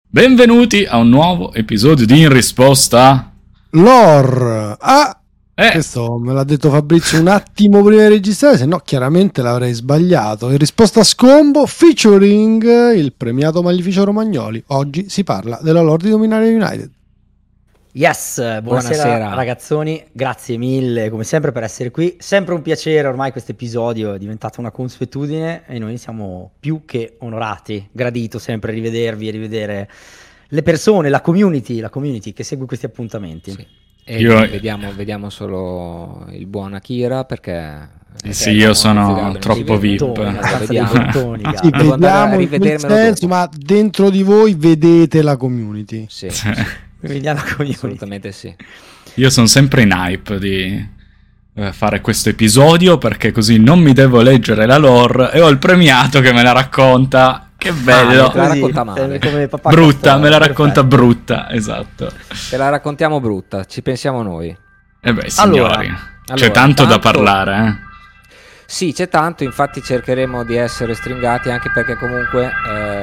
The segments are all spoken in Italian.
Benvenuti a un nuovo episodio di In Risposta Lore. Questo me l'ha detto Fabrizio un attimo prima di registrare, se no chiaramente l'avrei sbagliato. In risposta a Scombo, featuring il premiato Maleficio Romagnoli. Oggi si parla della lore di Dominaria United. Yes, buonasera ragazzoni, grazie mille come sempre per essere qui, sempre un piacere, ormai questo episodio è diventato una consuetudine e noi siamo più che onorati, gradito sempre rivedervi e rivedere le persone, la community che segue questi appuntamenti. Sì. E vediamo solo il buon Akira perché io sono troppo VIP. Vediamo il senso, ma dentro di voi vedete la community. Sì. Assolutamente sì. Io sono sempre in hype di fare questo episodio perché così non mi devo leggere la lore e ho il premiato che me la racconta. Che bello! Te la racconta male. Come papà brutta, Castoro, me la racconta perfetto. brutta, esatto. Te la raccontiamo brutta, ci pensiamo noi. Signori, c'è tanto da parlare, Sì, c'è tanto, infatti cercheremo di essere stringati anche perché comunque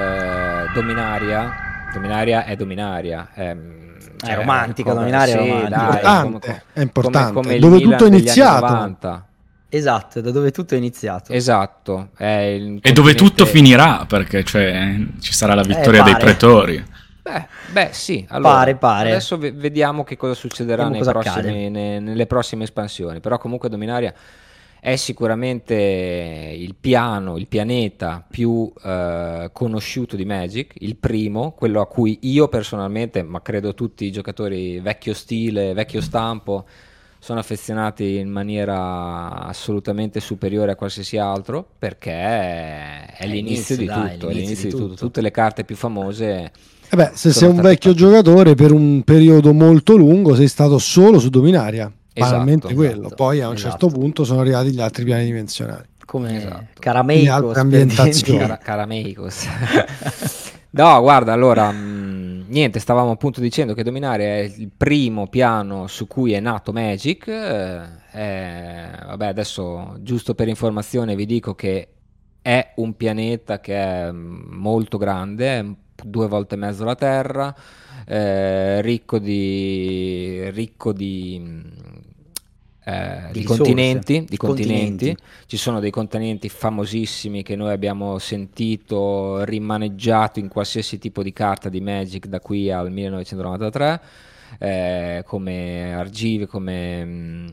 Dominaria è Dominaria. È romantica, Dominaria è romantica. Dai, è importante. Come Dove Milan tutto è degli iniziato. anni 90. Esatto, da dove tutto è iniziato. Esatto. e dove tutto finirà, perché ci sarà la vittoria dei pretori. Beh, sì. Allora, pare. Adesso vediamo che cosa succederà nelle prossime espansioni. Però comunque Dominaria è sicuramente il pianeta più conosciuto di Magic, il primo, quello a cui io personalmente, ma credo tutti i giocatori vecchio stile, vecchio stampo, sono affezionati in maniera assolutamente superiore a qualsiasi altro, perché è l'inizio di tutto. Tutte le carte più famose. Se sei un vecchio giocatore per un periodo molto lungo sei stato solo su Dominaria. Banalmente quello. Poi a un certo punto sono arrivati gli altri piani dimensionali. Come Carameicos. Carameicos. No, guarda, allora, niente, stavamo appunto dicendo che Dominaria è il primo piano su cui è nato Magic. Vabbè, adesso, giusto per informazione, vi dico che è un pianeta che è molto grande, è 2 volte e mezzo la Terra, ricco di continenti. Ci sono dei continenti famosissimi che noi abbiamo sentito rimaneggiato in qualsiasi tipo di carta di Magic da qui al 1993, come Argive, come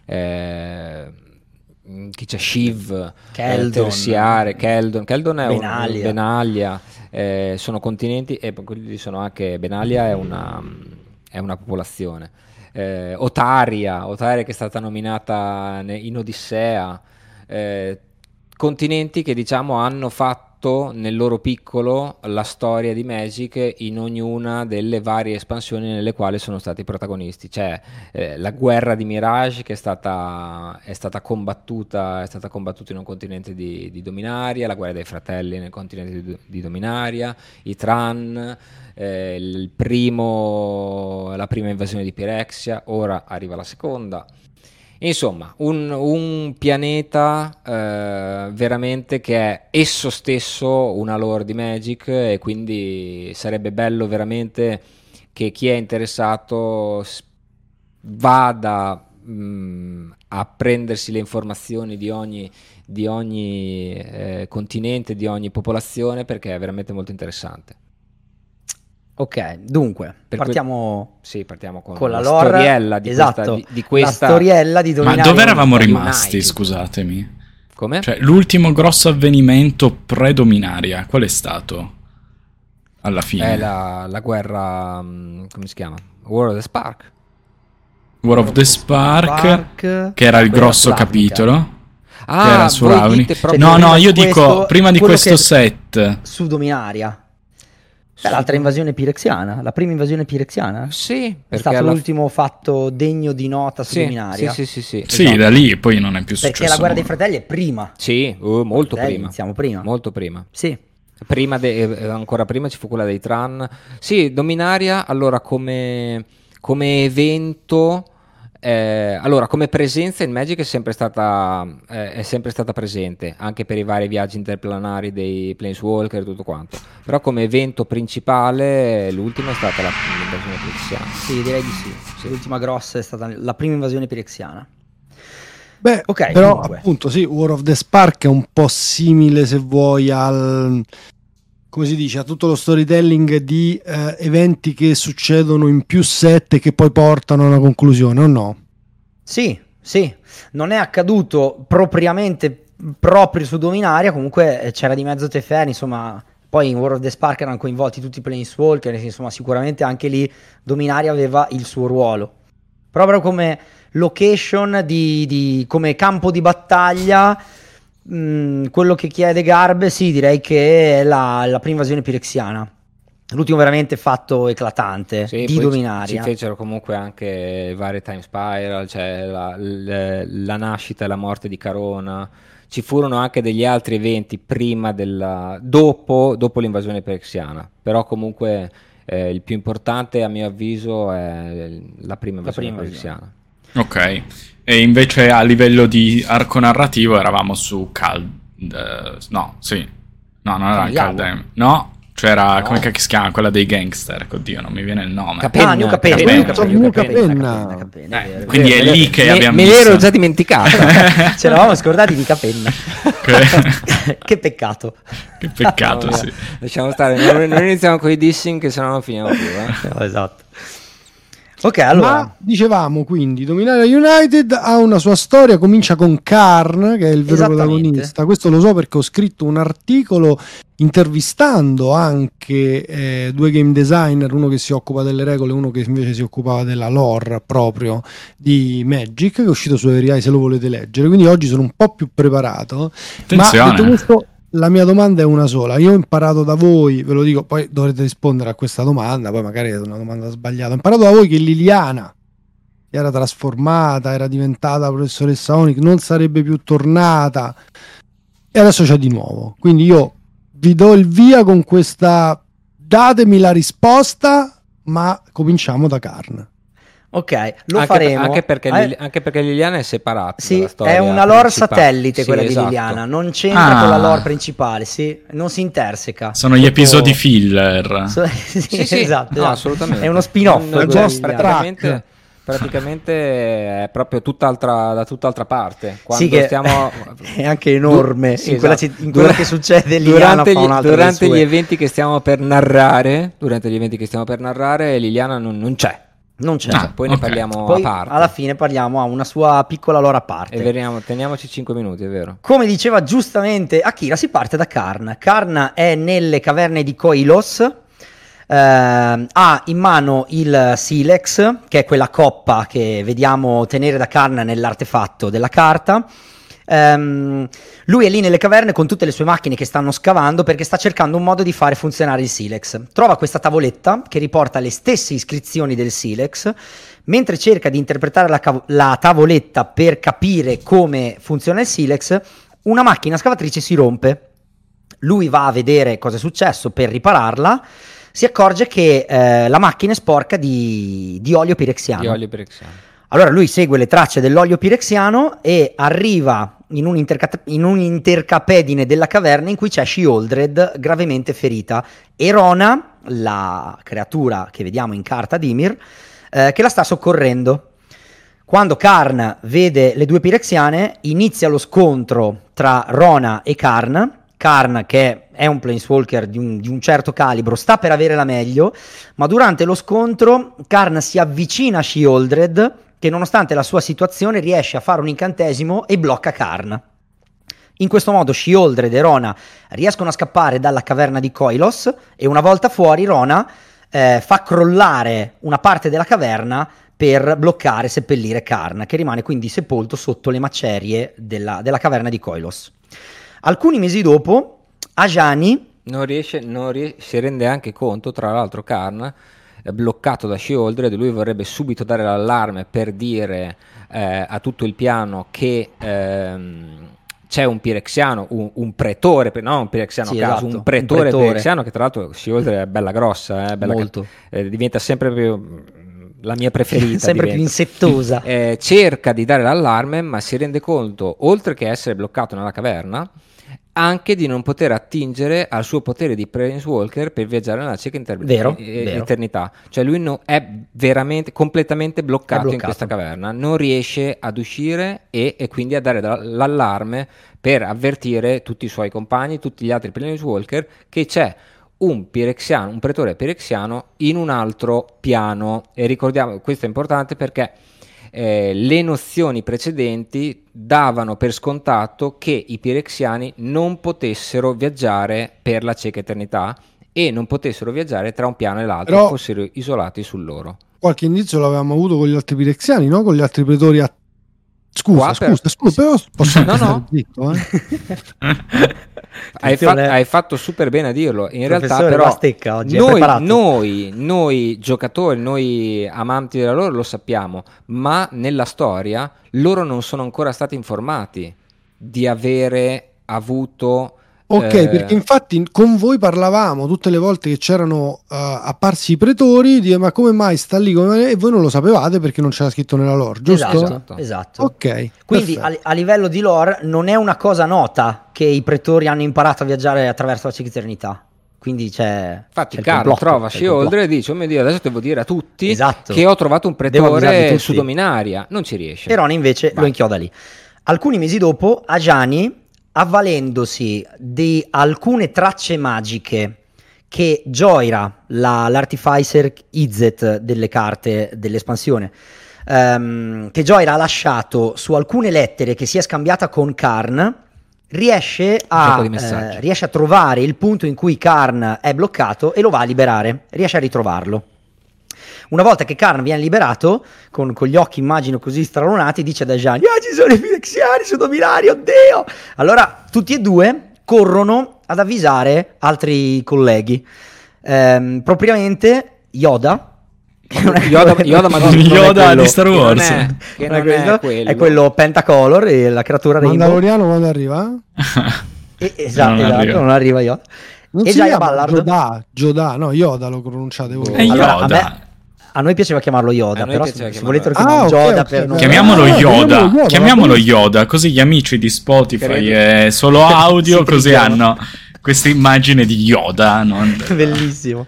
chi c'è, Shiv, Terziare, Keldon è Benalia, sono continenti, e quelli sono anche Benalia è una popolazione. Otaria che è stata nominata in Odissea, continenti che diciamo hanno fatto nel loro piccolo la storia di Magic in ognuna delle varie espansioni nelle quali sono stati protagonisti. C'è la guerra di Mirage che è stata combattuta in un continente di Dominaria, la guerra dei fratelli nel continente di Dominaria, i Tran, la prima invasione di Pyrexia, ora arriva la seconda. Insomma, un pianeta veramente che è esso stesso una lore di Magic, e quindi sarebbe bello veramente che chi è interessato vada a prendersi le informazioni di ogni continente, di ogni popolazione, perché è veramente molto interessante. Ok, dunque, partiamo con la lore, storiella di questa la storiella di Dominaria. Ma dove eravamo rimasti, United. Scusatemi. Come? Cioè, l'ultimo grosso avvenimento pre-Dominaria, qual è stato? Alla fine? È la guerra, come si chiama? War of the Spark. War of the Spark, che era il grosso capitolo. Che era su Ravni. Io dico, prima di questo set. Su Dominaria. L'altra invasione pirexiana, la prima invasione pirexiana? Sì, è stato l'ultimo fatto degno di nota su Dominaria. Sì, esatto. Da lì poi non è più successo. Perché la guerra dei fratelli è prima. Sì, molto prima. Iniziamo prima. Molto prima. Sì. Ancora prima ci fu quella dei Tran. Sì, Dominaria, allora come evento Allora, come presenza il Magic è sempre stata presente, anche per i vari viaggi interplanari dei Planeswalker e tutto quanto. Però come evento principale l'ultima è stata l'invasione pirexiana. Sì, direi di sì. L'ultima grossa è stata la prima invasione pirexiana. Beh, okay, però comunque, appunto sì, War of the Spark è un po' simile, se vuoi, al, come si dice, a tutto lo storytelling di eventi che succedono in più set e che poi portano a una conclusione, o no? Sì, non è accaduto propriamente proprio su Dominaria, comunque c'era di mezzo Teferi, insomma, poi in War of the Spark erano coinvolti tutti i Planeswalker, insomma sicuramente anche lì Dominaria aveva il suo ruolo, proprio come location come campo di battaglia. Quello che chiede Garbe, sì, direi che è la prima invasione pirexiana, l'ultimo veramente fatto eclatante di Dominaria. Ci fecero comunque anche varie time spiral, cioè la nascita e la morte di Carona. Ci furono anche degli altri eventi prima dopo l'invasione pirexiana, però comunque il più importante a mio avviso è la prima invasione pirexiana. Ok, e invece a livello di arco narrativo eravamo su non era Kaldheim, no, c'era, come si chiama, quella dei gangster, oddio non mi viene il nome. New Capenna. Quindi è lì che abbiamo me l'ero già dimenticato. Ce l'avamo scordati di Capenna. Che peccato. Che peccato, sì. Lasciamo stare, non iniziamo con i dissing che sennò non finiamo più. No, esatto. Ok, allora. Ma dicevamo quindi Dominaria United ha una sua storia, comincia con Karn, che è il vero protagonista. Questo lo so perché ho scritto un articolo intervistando anche due game designer, uno che si occupa delle regole e uno che invece si occupava della lore proprio di Magic, che è uscito su Every se lo volete leggere. Quindi oggi sono un po' più preparato. Attenzione. Ma detto questo, la mia domanda è una sola. Io ho imparato da voi, ve lo dico, poi dovrete rispondere a questa domanda, poi magari è una domanda sbagliata. Ho imparato da voi che Liliana era trasformata, era diventata professoressa Onyx, non sarebbe più tornata e adesso c'è di nuovo. Quindi io vi do il via con questa, datemi la risposta, ma cominciamo da Karn. Ok, faremo anche perché Liliana è separata. Sì, storia è una lore satellite quella di Liliana, non c'entra con la lore principale, sì, non si interseca. Sono gli episodi filler. Sì, esatto, assolutamente. È uno spin-off. Praticamente è proprio da tutt'altra parte. Quando è anche enorme in quella che succede Liliana durante gli eventi che stiamo per narrare. Liliana non c'è. Non c'è. Poi ne parliamo poi a parte. Alla fine parliamo a una sua piccola lore a parte. E teniamoci 5 minuti, è vero. Come diceva giustamente Akira, si parte da Karn. Karn è nelle caverne di Koilos. Ha in mano il Silex, che è quella coppa che vediamo tenere da Karn nell'artefatto della carta. Lui è lì nelle caverne con tutte le sue macchine che stanno scavando perché sta cercando un modo di fare funzionare il Silex. Trova questa tavoletta che riporta le stesse iscrizioni del Silex. Mentre cerca di interpretare la tavoletta per capire come funziona il Silex, una macchina scavatrice si rompe. Lui va a vedere cosa è successo per ripararla. Si accorge che la macchina è sporca di olio pirexiano. Allora lui segue le tracce dell'olio pirexiano e arriva in un intercapedine della caverna in cui c'è Sheoldred gravemente ferita e Rona, la creatura che vediamo in carta Dimir, che la sta soccorrendo. Quando Karn vede le due pirexiane inizia lo scontro tra Rona e Karn. Karn, che è un planeswalker di un certo calibro, sta per avere la meglio, ma durante lo scontro Karn si avvicina a Sheoldred, che nonostante la sua situazione riesce a fare un incantesimo e blocca Karn. In questo modo Sheoldred e Rona riescono a scappare dalla caverna di Koilos e una volta fuori Rona fa crollare una parte della caverna per bloccare e seppellire Karn, che rimane quindi sepolto sotto le macerie della caverna di Koilos. Alcuni mesi dopo Ajani si rende anche conto, tra l'altro Karn è bloccato da Sheoldred, lui vorrebbe subito dare l'allarme per dire a tutto il piano che c'è un pirexiano, un pretore, non un pirexiano a caso, un pretore pirexiano, che tra l'altro Sheoldred è bella grossa, bella molto. Diventa sempre più la mia preferita. Sempre più insettosa. Cerca di dare l'allarme, ma si rende conto, oltre che essere bloccato nella caverna, anche di non poter attingere al suo potere di Planeswalker per viaggiare nella cieca eternità. Cioè lui è veramente completamente bloccato in questa caverna, non riesce ad uscire e quindi a dare l'allarme per avvertire tutti i suoi compagni, tutti gli altri Planeswalker, che c'è un pretore pirexiano in un altro piano. E ricordiamo, questo è importante perché le nozioni precedenti davano per scontato che i pirexiani non potessero viaggiare per la cieca eternità e non potessero viaggiare tra un piano e l'altro, però fossero isolati su loro. Qualche indizio l'avevamo avuto con gli altri pirexiani, no? Con gli altri pretori Scusa, però posso stare zitto, hai fatto super bene a dirlo. In realtà però oggi noi giocatori, noi amanti della lore lo sappiamo, ma nella storia loro non sono ancora stati informati di avere avuto... perché infatti con voi parlavamo tutte le volte che c'erano apparsi i pretori, ma come mai sta lì? E voi non lo sapevate perché non c'era scritto nella lore, giusto? Esatto. Ok. Quindi a livello di lore non è una cosa nota che i pretori hanno imparato a viaggiare attraverso la cieca eternità. Quindi infatti Carlo trova Sheoldred e dice: oh mio Dio, adesso devo dire a tutti che ho trovato un pretore su Dominaria. Non ci riesce. Però invece lo inchioda lì. Alcuni mesi dopo Ajani, avvalendosi di alcune tracce magiche che Jhoira, l'artificer Izzet delle carte dell'espansione, che Jhoira ha lasciato su alcune lettere che si è scambiata con Karn, riesce a trovare il punto in cui Karn è bloccato e lo va a liberare, riesce a ritrovarlo. Una volta che Karn viene liberato, con gli occhi immagino così stralunati, dice ad Ajani: ci sono i pirexiani su Dominaria, oddio! Allora tutti e due corrono ad avvisare altri colleghi, propriamente Yoda di Star Wars, è quello Pentacolor, e la creatura Rainbow. Mandaloriano quando arriva? Esatto, non arriva Yoda. Non e si Jaya Ballard. Yoda lo pronunciate voi. È Yoda. A noi piaceva chiamarlo Yoda, però se volete lo chiamiamolo Yoda. Chiamiamolo Yoda, così gli amici di Spotify è solo audio, così hanno questa immagine di Yoda. Bellissimo.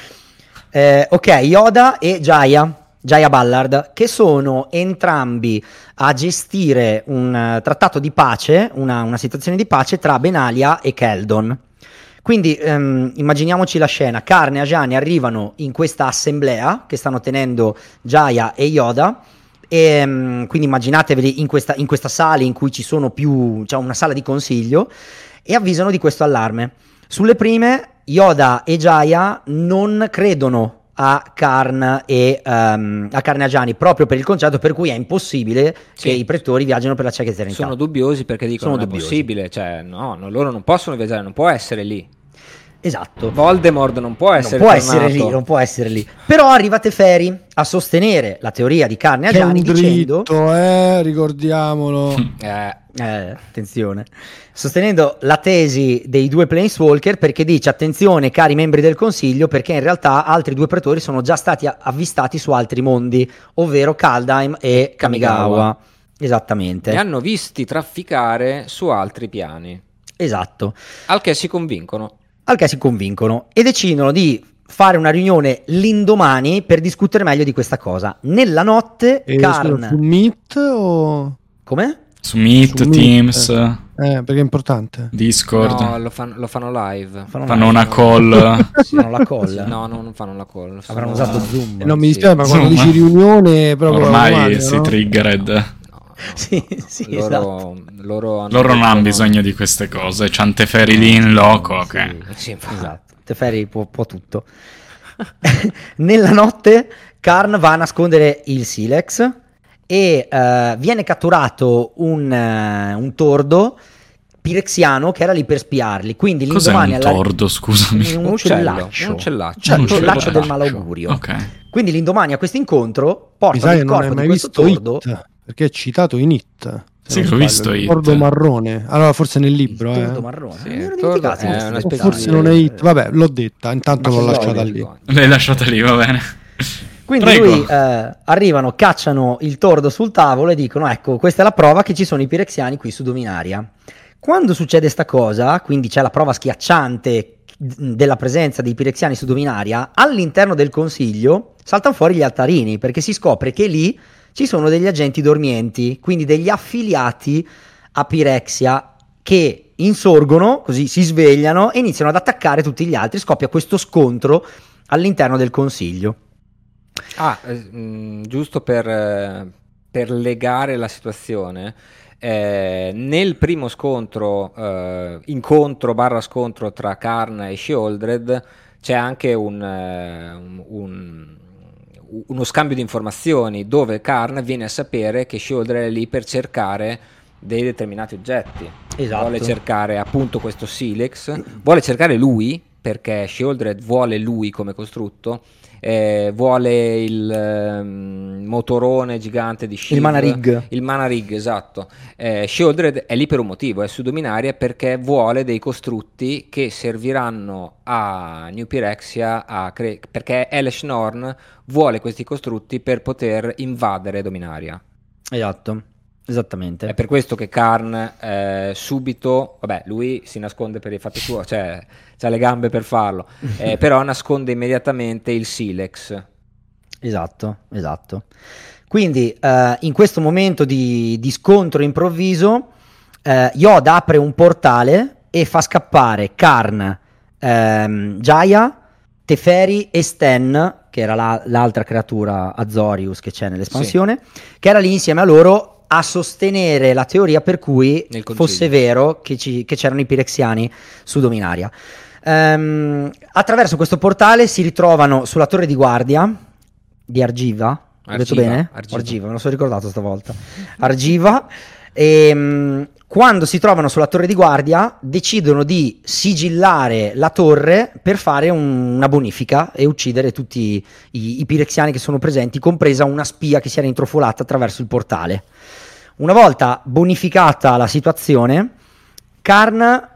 Ok, Yoda e Jaya Ballard, che sono entrambi a gestire un trattato di pace, una situazione di pace tra Benalia e Keldon. Quindi immaginiamoci la scena: Karn e Ajani arrivano in questa assemblea che stanno tenendo Jaya e Yoda, e quindi immaginateveli in questa sala in cui ci sono una sala di consiglio, e avvisano di questo allarme. Sulle prime Yoda e Jaya non credono a Karn e Ajani, proprio per il concetto per cui è impossibile che i pretori viaggiano per la cieca eternità. Sono dubbiosi perché dicono non è possibile, cioè loro non possono viaggiare, non può essere lì. Esatto. Voldemort non può essere lì. Però arriva Teferi a sostenere la teoria di Karn e Ajani dicendo ricordiamolo. Attenzione. Sostenendo la tesi dei due Planeswalker, perché dice: attenzione cari membri del consiglio, perché in realtà altri due pretori sono già stati avvistati su altri mondi, ovvero Kaldheim e Kamigawa. Esattamente. Li hanno visti trafficare su altri piani. Esatto. Al che si convincono e decidono di fare una riunione l'indomani per discutere meglio di questa cosa. Nella notte Karn su Meet o come? Su Meet, Teams, perché è importante. Discord. No, lo fanno live. Fanno una call. Fanno la call. No, non fanno la call. Avranno usato Zoom. Non mi dispiace, ma quando dici riunione proprio ormai si triggered. Sì, esatto. Loro non hanno bisogno di queste cose. C'hanno Teferi lì in loco. Sì, esatto. Teferi può tutto. Nella notte Karn va a nascondere il Silex e viene catturato un tordo pirexiano che era lì per spiarli. Quindi l'indomani cos'è un tordo, scusami? Un uccellaccio del malaugurio. Okay. Quindi l'indomani a questo incontro portano il corpo di questo tordo. Perché è citato in It. Sì, l'ho visto It. Tordo marrone. Allora forse nel libro. Il tordo marrone. Sì, il tordo è una specie forse non è It. Vabbè, l'ho detta. Intanto l'ho lasciata lì. L'hai lasciata lì, va bene. Quindi arrivano, cacciano il tordo sul tavolo e dicono: ecco, questa è la prova che ci sono i pirexiani qui su Dominaria. Quando succede sta cosa, quindi c'è la prova schiacciante della presenza dei pirexiani su Dominaria, all'interno del consiglio saltano fuori gli altarini, perché si scopre che lì ci sono degli agenti dormienti, quindi degli affiliati a Pirexia che insorgono, così si svegliano e iniziano ad attaccare tutti gli altri. Scoppia questo scontro all'interno del consiglio. Giusto per legare la situazione, nel primo scontro, incontro/scontro tra Karn e Sheoldred, c'è anche uno scambio di informazioni dove Karn viene a sapere che Sheoldred è lì per cercare dei determinati oggetti. Esatto. Vuole cercare appunto questo Silex, vuole cercare lui perché Sheoldred vuole lui come costrutto, vuole il motorone gigante di Shiv, il Mana Rig, esatto. Sheoldred è lì per un motivo, è su Dominaria perché vuole dei costrutti che serviranno a New Pirexia perché Elesh Norn vuole questi costrutti per poter invadere Dominaria. Esatto. Esattamente. È per questo che Karn subito, vabbè, lui si nasconde per i fatti suoi, cioè ha le gambe per farlo, però nasconde immediatamente il Silex. Esatto. Quindi in questo momento di scontro improvviso, Yoda apre un portale e fa scappare Karn, Jaya, Teferi e Sten, che era l'altra creatura Azorius che c'è nell'espansione, che era lì insieme a loro a sostenere la teoria per cui fosse vero che c'erano i pirexiani su Dominaria. Attraverso questo portale si ritrovano sulla torre di guardia di Argiva. Ho detto bene? Argiva, me lo sono ricordato stavolta. Argiva. E quando si trovano sulla torre di guardia decidono di sigillare la torre per fare una bonifica e uccidere tutti i pirexiani che sono presenti, compresa una spia che si era intrufolata attraverso il portale. Una volta bonificata la situazione, Karn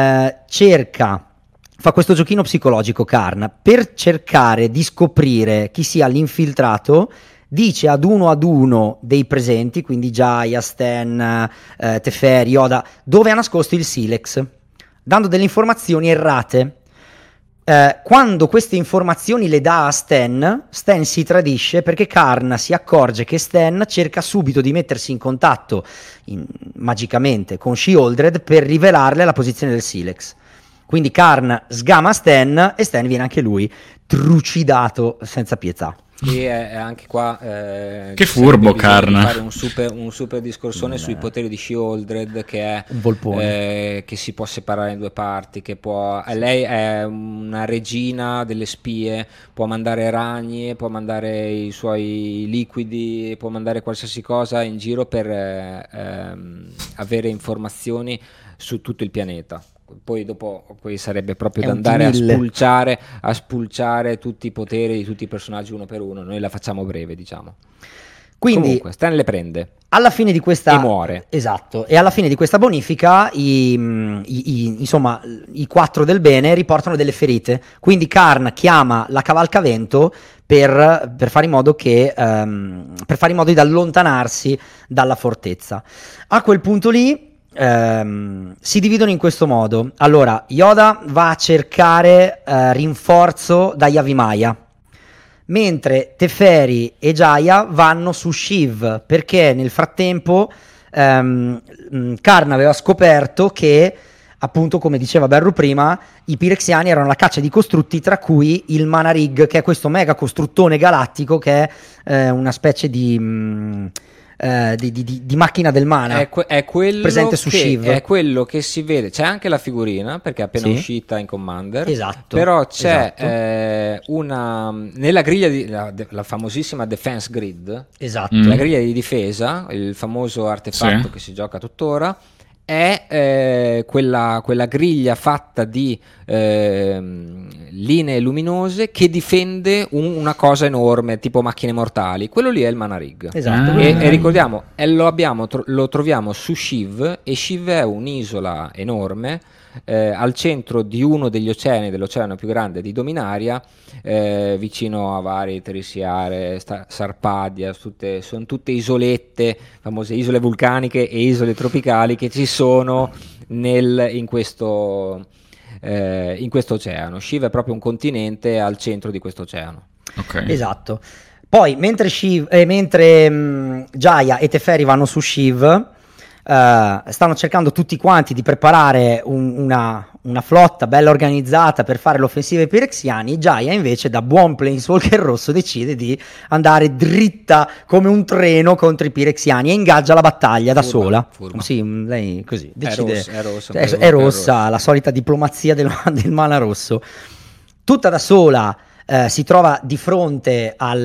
fa questo giochino psicologico Karn per cercare di scoprire chi sia l'infiltrato. Dice ad uno dei presenti, quindi Jaya, Sten, Teferi, Yoda, dove ha nascosto il Silex, dando delle informazioni errate. Quando queste informazioni le dà a Sten si tradisce perché Karn si accorge che Sten cerca subito di mettersi in contatto magicamente con Sheoldred per rivelarle la posizione del Silex. Quindi Karn sgama Sten e Sten viene anche lui trucidato senza pietà. E anche qua che furbo Karn, fare un super discorsone sui poteri di Sheoldred, che è un volpone, che si può separare in due parti, che lei è una regina delle spie, può mandare ragni, può mandare i suoi liquidi, può mandare qualsiasi cosa in giro per avere informazioni su tutto il pianeta. Poi sarebbe proprio da andare a spulciare tutti i poteri di tutti i personaggi uno per uno. Noi la facciamo breve, diciamo. Quindi comunque Stan le prende alla fine di questa, e muore. Esatto. E alla fine di questa bonifica insomma i quattro del bene riportano delle ferite. Quindi Karn chiama la cavalcavento per fare in modo di allontanarsi dalla fortezza. A quel punto lì si dividono in questo modo. Allora Yoda va a cercare rinforzo da Yavimaya, mentre Teferi e Jaya vanno su Shiv, perché nel frattempo Karn aveva scoperto che, appunto, come diceva Berru prima, i pirexiani erano la caccia di costrutti, tra cui il Mana Rig, che è questo mega costruttone galattico che è una specie di macchina del mana, è quello presente su Shiv. È quello che si vede, c'è anche la figurina perché è appena uscita in Commander, esatto, però c'è nella griglia la famosissima Defense Grid, esatto, la griglia di difesa, il famoso artefatto che si gioca tuttora, è quella griglia fatta di linee luminose che difende una cosa enorme, tipo macchine mortali. Quello lì è il Mana Rig. Esatto. E ricordiamo, lo troviamo su Shiv, e Shiv è un'isola enorme al centro di uno degli oceani, dell'oceano più grande di Dominaria, vicino a vari Terisiare, Sarpadia, sono tutte isolette, famose isole vulcaniche e isole tropicali che ci sono in questo oceano. Shiva è proprio un continente al centro di questo oceano. Okay. Esatto. Poi mentre Jaya e Teferi vanno su Shiv, stanno cercando tutti quanti di preparare una flotta bella organizzata per fare l'offensiva ai Pirexiani. Jaya invece, da buon Planeswalker rosso, decide di andare dritta come un treno contro i Pirexiani e ingaggia la battaglia da sola. Sì, lei così decide. È rossa, la solita diplomazia del mana rosso. Tutta da sola. Si trova di fronte ad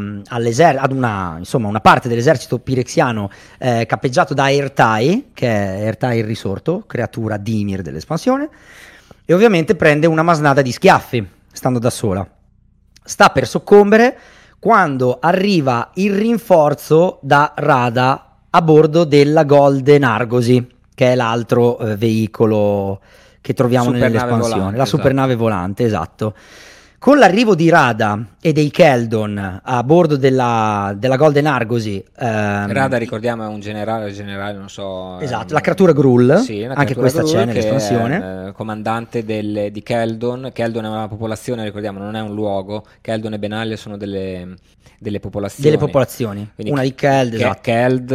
una parte dell'esercito pirexiano cappeggiato da Ertai, che è Ertai il risorto, creatura di Ymir dell'espansione, e ovviamente prende una masnada di schiaffi, stando da sola. Sta per soccombere quando arriva il rinforzo da Rada a bordo della Golden Argosy, che è l'altro veicolo che troviamo nell'espansione, la supernave volante, esatto. Con l'arrivo di Rada e dei Keldon a bordo della Golden Argosy, Rada, ricordiamo, è un generale, non so. Esatto, la creatura Gruul, sì, anche questa c'è nell'espansione. È comandante di Keldon. Keldon è una popolazione, ricordiamo, non è un luogo. Keldon e Benalia sono delle popolazioni. Delle popolazioni, quindi una di Keld, esatto.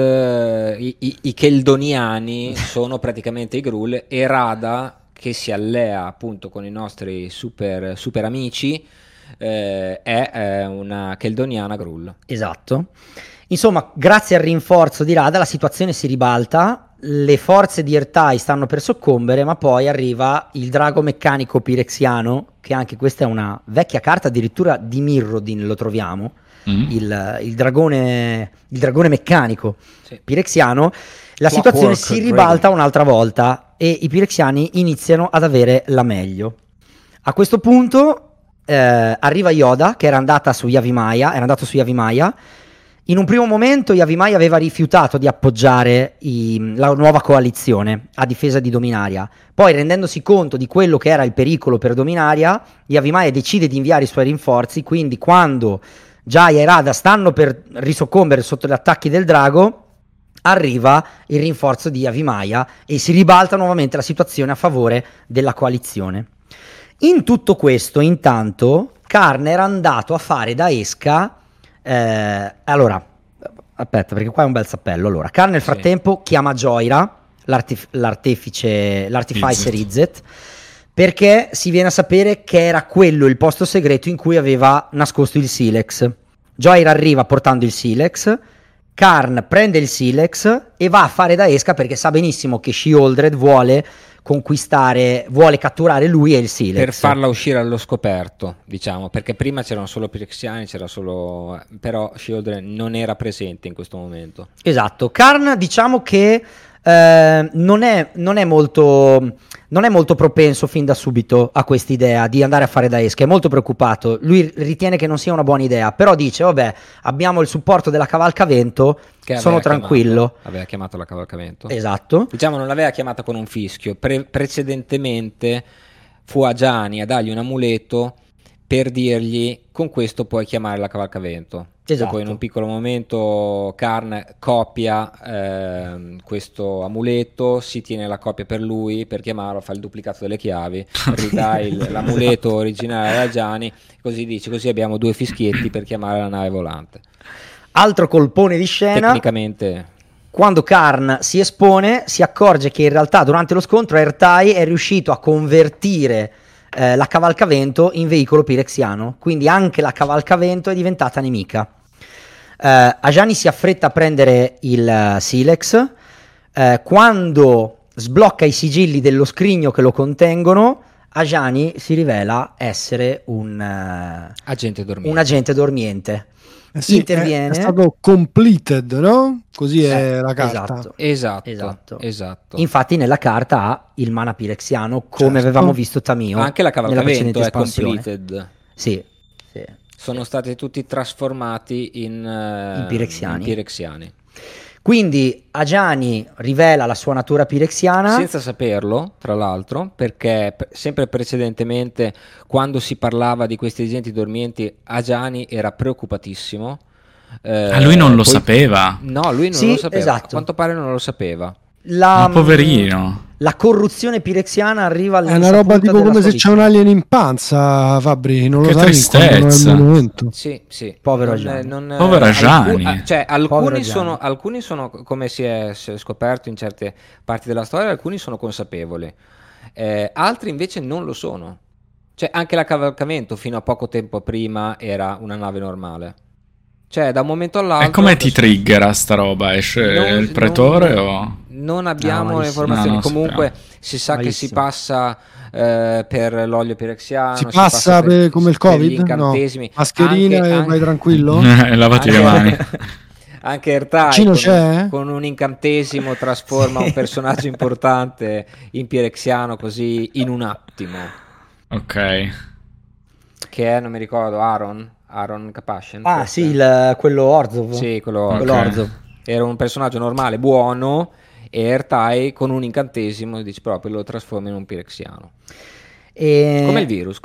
I Keldoniani sono praticamente i Gruul, e Rada, che si allea appunto con i nostri super amici, è una Keldoniana Gruul. Esatto. Insomma, grazie al rinforzo di Rada la situazione si ribalta, le forze di Ertai stanno per soccombere, ma poi arriva il drago meccanico pirexiano, che anche questa è una vecchia carta, addirittura di Mirrodin lo troviamo, il dragone meccanico pirexiano. La situazione si ribalta un'altra volta e i pirexiani iniziano ad avere la meglio. A questo punto arriva Yoda, che era andato su Yavimaya. In un primo momento Yavimaya aveva rifiutato di appoggiare la nuova coalizione a difesa di Dominaria. Poi, rendendosi conto di quello che era il pericolo per Dominaria, Yavimaya decide di inviare i suoi rinforzi. Quindi quando Jaya e Rada stanno per risoccombere sotto gli attacchi del drago, arriva il rinforzo di Yavimaya e si ribalta nuovamente la situazione a favore della coalizione. In tutto questo, intanto, Karn era andato a fare da esca. Allora, aspetta, perché qua è un bel sappello. Allora, Karn nel frattempo chiama Joyra, l'artificer Izzet, perché si viene a sapere che era quello il posto segreto in cui aveva nascosto il Silex. Joyra arriva portando il Silex. Karn prende il Silex e va a fare da esca perché sa benissimo che Sheoldred vuole catturare lui e il Silex. Per farla uscire allo scoperto, diciamo, perché prima c'erano solo Pirexiani, però Sheoldred non era presente in questo momento. Esatto, Karn diciamo che non è molto propenso fin da subito a quest'idea di andare a fare da esca, è molto preoccupato, lui ritiene che non sia una buona idea, però dice vabbè, abbiamo il supporto della cavalcavento, sono tranquillo. Aveva chiamato la cavalcavento, esatto, diciamo non l'aveva chiamata con un fischio, precedentemente fu a Gianni a dargli un amuleto per dirgli con questo puoi chiamare la cavalcavento. Esatto. Poi in un piccolo momento Karn copia questo amuleto, si tiene la copia per lui, per chiamarlo, fa il duplicato delle chiavi, ridà l'amuleto originale a Gianni, così abbiamo 2 fischietti per chiamare la nave volante. Altro colpone di scena. Tecnicamente, quando Karn si espone, si accorge che in realtà durante lo scontro Ertai è riuscito a convertire la cavalcavento in veicolo pirexiano, quindi anche la cavalcavento è diventata nemica. Ajani si affretta a prendere il Silex, quando sblocca i sigilli dello scrigno che lo contengono, Ajani si rivela essere un agente dormiente. Sì, interviene. È stato completed, no? Così è la carta. Esatto. Infatti nella carta ha il mana pirexiano, come avevamo visto Tamio. Anche la cavalcavento è completed. Sì. Sono stati tutti trasformati in pirexiani. Quindi Ajani rivela la sua natura pirexiana senza saperlo, tra l'altro, perché sempre precedentemente, quando si parlava di questi agenti dormienti, Ajani era preoccupatissimo. Lui non lo sapeva. No, lui non lo sapeva. Esatto. A quanto pare non lo sapeva. Ma poverino. La corruzione pirexiana arriva è una roba tipo come se c'è un alien in panza, Fabri, non lo sai tristezza. In momento. Sì. Povero Ajani. Povero Ajani. Alcuni sono, come si è scoperto in certe parti della storia, alcuni sono consapevoli, altri invece non lo sono. Cioè anche l'Accavalcamento fino a poco tempo prima era una nave normale. Cioè da un momento all'altro. E come ti triggera sta roba? Esce il pretore o? Non abbiamo le informazioni. Comunque si sa che si passa per l'olio pirexiano. Si passa come il Covid? No. Mascherina e vai tranquillo? Lavati le mani. Anche Ertai con un incantesimo trasforma un personaggio importante in pirexiano così in un attimo. Ok. Che è, non mi ricordo, Aaron Capashen. Sì, quello Orzov. Sì, quello Orzov. Era un personaggio normale, buono, e Ertai con un incantesimo dice proprio lo trasforma in un pirexiano. Come il virus.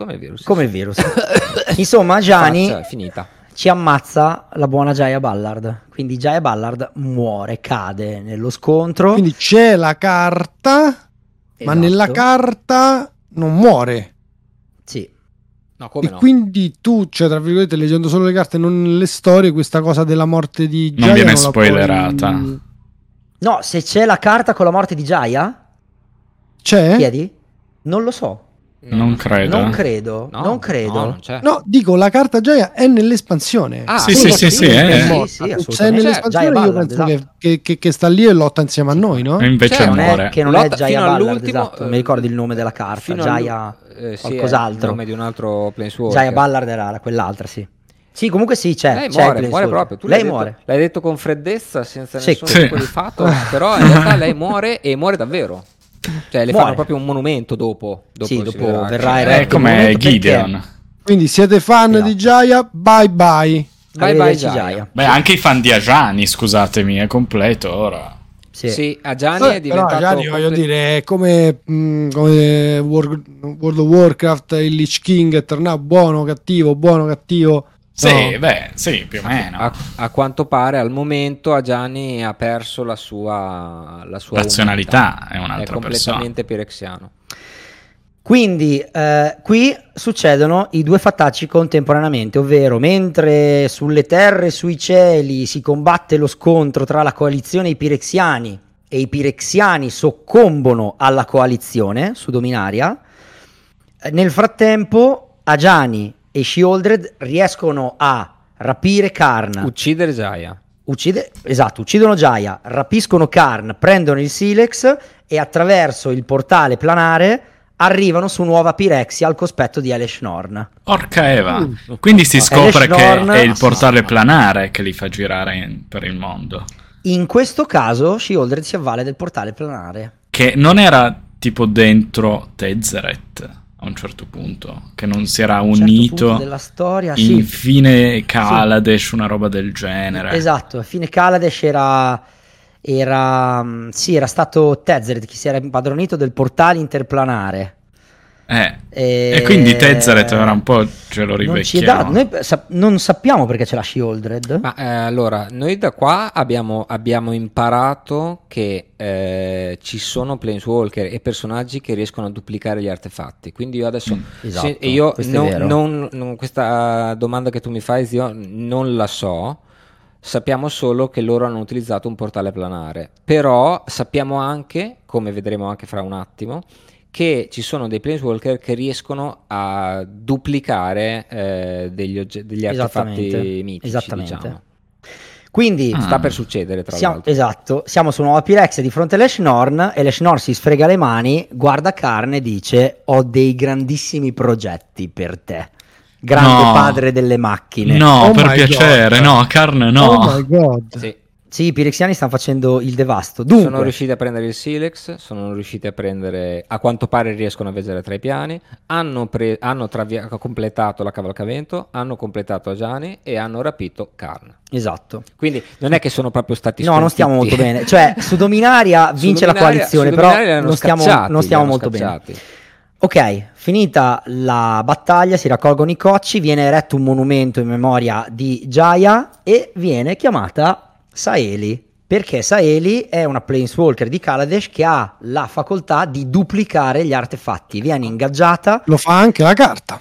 Insomma, Ajani finita. Ci ammazza la buona Jaya Ballard. Quindi Jaya Ballard muore, cade nello scontro. Quindi c'è la carta, ma nella carta non muore. Sì. No, come no? Quindi tu, cioè, tra virgolette, leggendo solo le carte, non le storie, questa cosa della morte di Jaya non viene spoilerata. No, se c'è la carta con la morte di Jaya, c'è? Chiedi? Non lo so. Non credo. Non credo. Non c'è. No, dico, la carta Jaya è nell'espansione. Sì, se è nell'espansione io penso che sta lì e lotta insieme a noi, no? E invece muore. Che non è Jaya Ballard, esatto. Mi ricordo il nome della carta. Jaya qualcos'altro. Il nome di un altro Planeswalker. Jaya Ballard era quell'altra, sì. Sì, comunque sì, c'è. Lei muore proprio. Tu lei muore. L'hai detto con freddezza, senza nessun tipo di fatto, però in realtà lei muore e muore davvero. Cioè le fanno proprio un monumento dopo verrà come Gideon. Quindi siete fan di Jaya? Bye bye Jaya. Beh, anche i fan di Ajani, scusatemi, è completo ora. Sì, Ajani è diventato. Però Ajani, voglio dire, è come World of Warcraft, il Lich King è tornato buono, cattivo. Sì, sì, più o meno. A quanto pare al momento Ajani ha perso la sua razionalità, è un'altra persona. È completamente pirexiano. Quindi qui succedono i due fattacci contemporaneamente, ovvero mentre sulle terre e sui cieli si combatte lo scontro tra la coalizione e i pirexiani e i pirexiani soccombono alla coalizione su Dominaria, nel frattempo Ajani e Sheoldred riescono a rapire Karn, uccidere Jaya. Uccidono Jaya, rapiscono Karn, prendono il Silex e attraverso il portale planare arrivano su Nuova Pirexia al cospetto di Elesh Norn. Porca Eva. Quindi si scopre che è il portale planare che li fa girare per il mondo. In questo caso Sheoldred si avvale del portale planare. Che non era tipo dentro Tezzeret a un certo punto, che non si era unito della storia, in fine Kaladesh, una roba del genere. Esatto, a fine Kaladesh era stato Tezzeret che si era impadronito del portale interplanare. E quindi Tezzeret era un po', ce lo rivecchiamo. Noi non sappiamo perché c'è la Sheoldred. Ma allora, noi da qua abbiamo imparato che ci sono Planeswalker e personaggi che riescono a duplicare gli artefatti. Quindi io adesso questa domanda che tu mi fai, zio, non la so. Sappiamo solo che loro hanno utilizzato un portale planare, però sappiamo anche, come vedremo anche fra un attimo, che ci sono dei Planeswalker che riescono a duplicare degli artefatti mitici, diciamo. Quindi sta per succedere, tra l'altro. Esatto, siamo su Nuova Pirexia di fronte a Elesh Norn e Elesh Norn si sfrega le mani, guarda Karn e dice: ho dei grandissimi progetti per te. Grande padre delle macchine. No, per piacere, God. No, Karn no. Oh my God. Sì, i Pirexiani stanno facendo il devasto. Dunque, sono riusciti a prendere il Silex, sono riusciti a prendere, a quanto pare riescono a vedere tra i piani, hanno completato la cavalcamento, hanno completato Ajani e hanno rapito Karn. Esatto. Quindi non è che sono proprio stati no, non stiamo molto bene. Cioè, su Dominaria vince la coalizione, però non stiamo molto bene. Ok, finita la battaglia, si raccolgono i cocci, viene eretto un monumento in memoria di Jaya e viene chiamata Saeli, perché Saeli è una Planeswalker di Kaladesh che ha la facoltà di duplicare gli artefatti, viene ingaggiata. Lo fa anche la carta.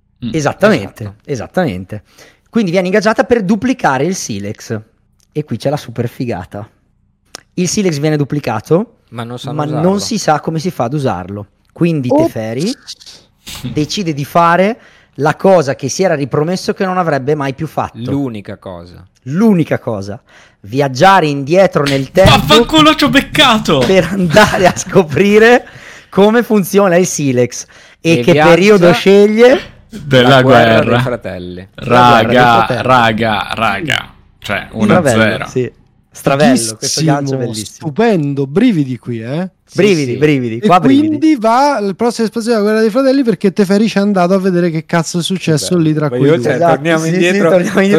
Esattamente. Quindi viene ingaggiata per duplicare il Silex. E qui c'è la super figata. Il Silex viene duplicato, ma non si sa come si fa ad usarlo. Quindi Teferi decide di fare la cosa che si era ripromesso che non avrebbe mai più fatto. L'unica cosa. Viaggiare indietro nel tempo. Vaffanculo, ci ho beccato! Per andare a scoprire come funziona il Silex e che periodo sceglie della guerra dei fratelli. Raga. Cioè, 1-0. Sì. Stravello, questo gancio bellissimo. Stupendo, brividi qui, Brividi. E quindi va la prossima espansione della Guerra dei Fratelli, perché Teferi ci è andato a vedere che cazzo è successo lì tra quei due. Torniamo indietro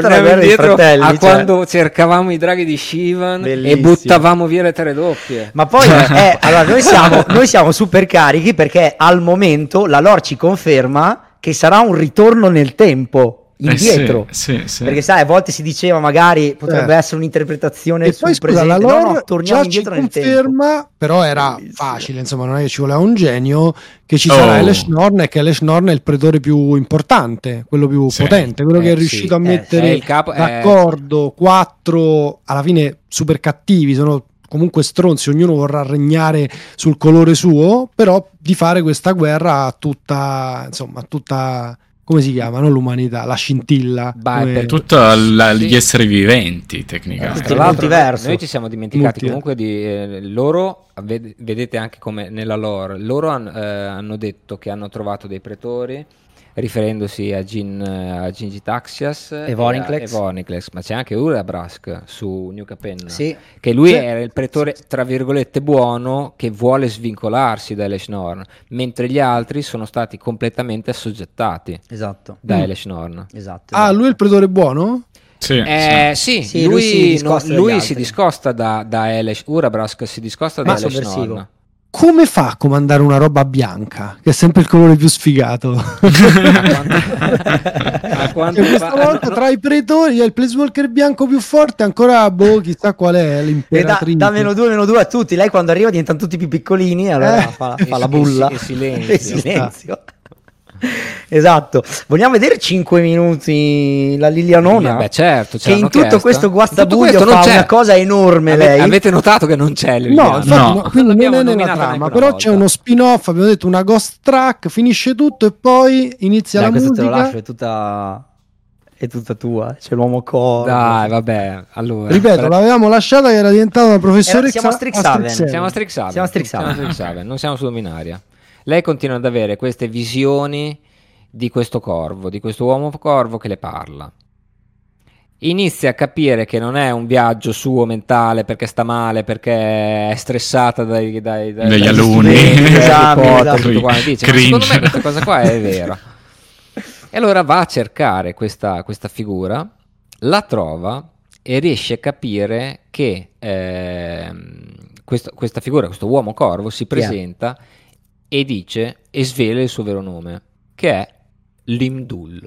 a quando cercavamo i draghi di Shivan e buttavamo via le 3 doppie. Ma poi allora noi siamo super carichi perché al momento la lore ci conferma che sarà un ritorno nel tempo. Indietro, sì. Perché sai, a volte si diceva magari potrebbe essere un'interpretazione e poi sul presente. La lore no, torniamo indietro nel tempo. Però era facile, insomma, non è che ci voleva un genio, che ci sarà Elesh Norn e che Elesh Norn è il pretore più importante, quello più potente, quello che è riuscito a mettere d'accordo 4 alla fine super cattivi, sono comunque stronzi, ognuno vorrà regnare sul colore suo, però di fare questa guerra a tutta come si chiama? Non l'umanità, la scintilla. Per tutti gli esseri viventi, tecnicamente. Tra l'altro, noi ci siamo dimenticati comunque di loro. Vedete anche come nella lore, loro hanno detto che hanno trovato dei pretori, riferendosi a Gingi Taxias e Vorinclex, ma c'è anche Urabrask su New Capenna, che lui era il pretore tra virgolette buono che vuole svincolarsi da Elesh Norn, mentre gli altri sono stati completamente assoggettati da Elesh Norn. Ah, lui è il pretore buono? Sì, lui si discosta da Elesh. Urabrask si discosta da Elesh Norn. Come fa a comandare una roba bianca, che è sempre il colore più sfigato? Questa volta tra i pretori è il Planeswalker bianco più forte, ancora chissà qual è l'imperatrice. Da -2 a tutti. Lei quando arriva diventano tutti più piccolini, allora fa la bulla e silenzio. Esatto. Vogliamo vedere 5 minuti la Lilianona? Beh, certo, che in tutto questo guazzabuglio fa una cosa enorme. Lei avete notato che non c'è Liliana? No, quindi non è nella trama, però c'è uno spin-off, abbiamo detto una ghost track, finisce tutto e poi inizia la musica. Questo te lo lascio, è tutta tua, c'è l'uomo corvo. Dai, vabbè, allora ripeto, l'avevamo lasciata che era diventata una professoressa. Siamo a Strixhaven, non siamo su Dominaria. Lei continua ad avere queste visioni di questo corvo, di questo uomo corvo che le parla. Inizia a capire che non è un viaggio suo mentale perché sta male, perché è stressata dagli alunni, tutto quanto dice. Ma secondo me questa cosa qua è vera. E allora va a cercare questa figura, la trova e riesce a capire che questa figura, questo uomo corvo si presenta e dice e svela il suo vero nome, che è Lim-Dul.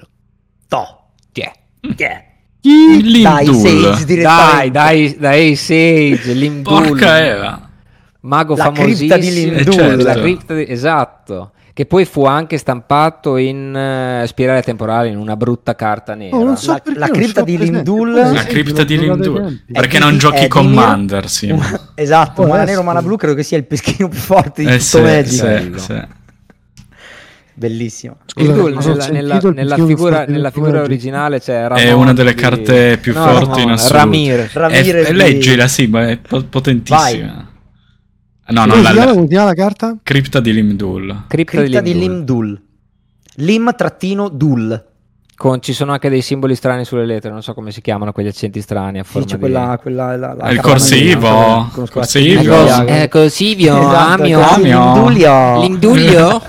Dai Sage, Lim-Dul. Porca Eva. Mago la famosissimo. Cripta di Lim-Dul. La cripta esatto. Che poi fu anche stampato in spirale temporale in una brutta carta nera. La cripta di Lim-Dul. La cripta di Lim-Dul. Perché non giochi Commander, sì. Esatto, mana nero, mana blu credo che sia il peschino più forte di tutto Magic. Sì. Bellissimo. Nella figura originale c'è Ramon, è una delle carte più forti in assoluto. Ramirez leggila, sì, ma è potentissima. No, come si chiama la carta? Cripta di Lim-Dul. Cripta di Lim-Dul. Lim-Dul. Ci sono anche dei simboli strani sulle lettere, non so come si chiamano quegli accenti strani a forma il corsivo. Corsivo, esatto, l'Imdulio.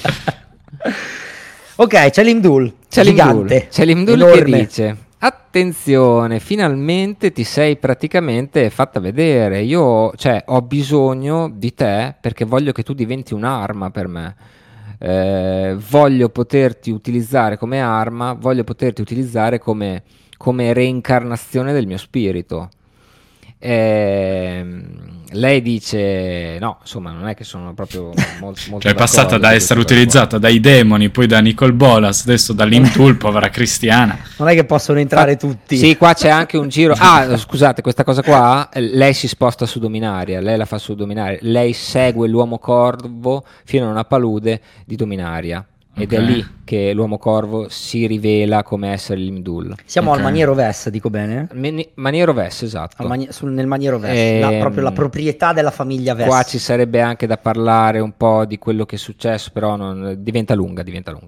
Ok, c'è l'Imdul. C'è l'Imdul che dice: attenzione, finalmente ti sei praticamente fatta vedere. Io, ho bisogno di te perché voglio che tu diventi un'arma per me. Voglio poterti utilizzare come arma, voglio poterti utilizzare come reincarnazione del mio spirito. Lei dice no, insomma, non è che sono proprio molto cioè è passata da essere utilizzata dai demoni, poi da Nicol Bolas, adesso dall'Imdul, povera cristiana. Non è che possono entrare tutti. Sì, qua c'è anche un giro. Scusate, questa cosa qua, lei si sposta su Dominaria, lei la fa su Dominaria, lei segue l'uomo corvo fino a una palude di Dominaria. Ed è lì che l'uomo corvo si rivela come essere l'Imdul. Siamo al Maniero Ves, dico bene? Maniero Ves, esatto. Nel Maniero Ves, proprio la proprietà della famiglia Ves. Qua ci sarebbe anche da parlare un po' di quello che è successo, però diventa lunga.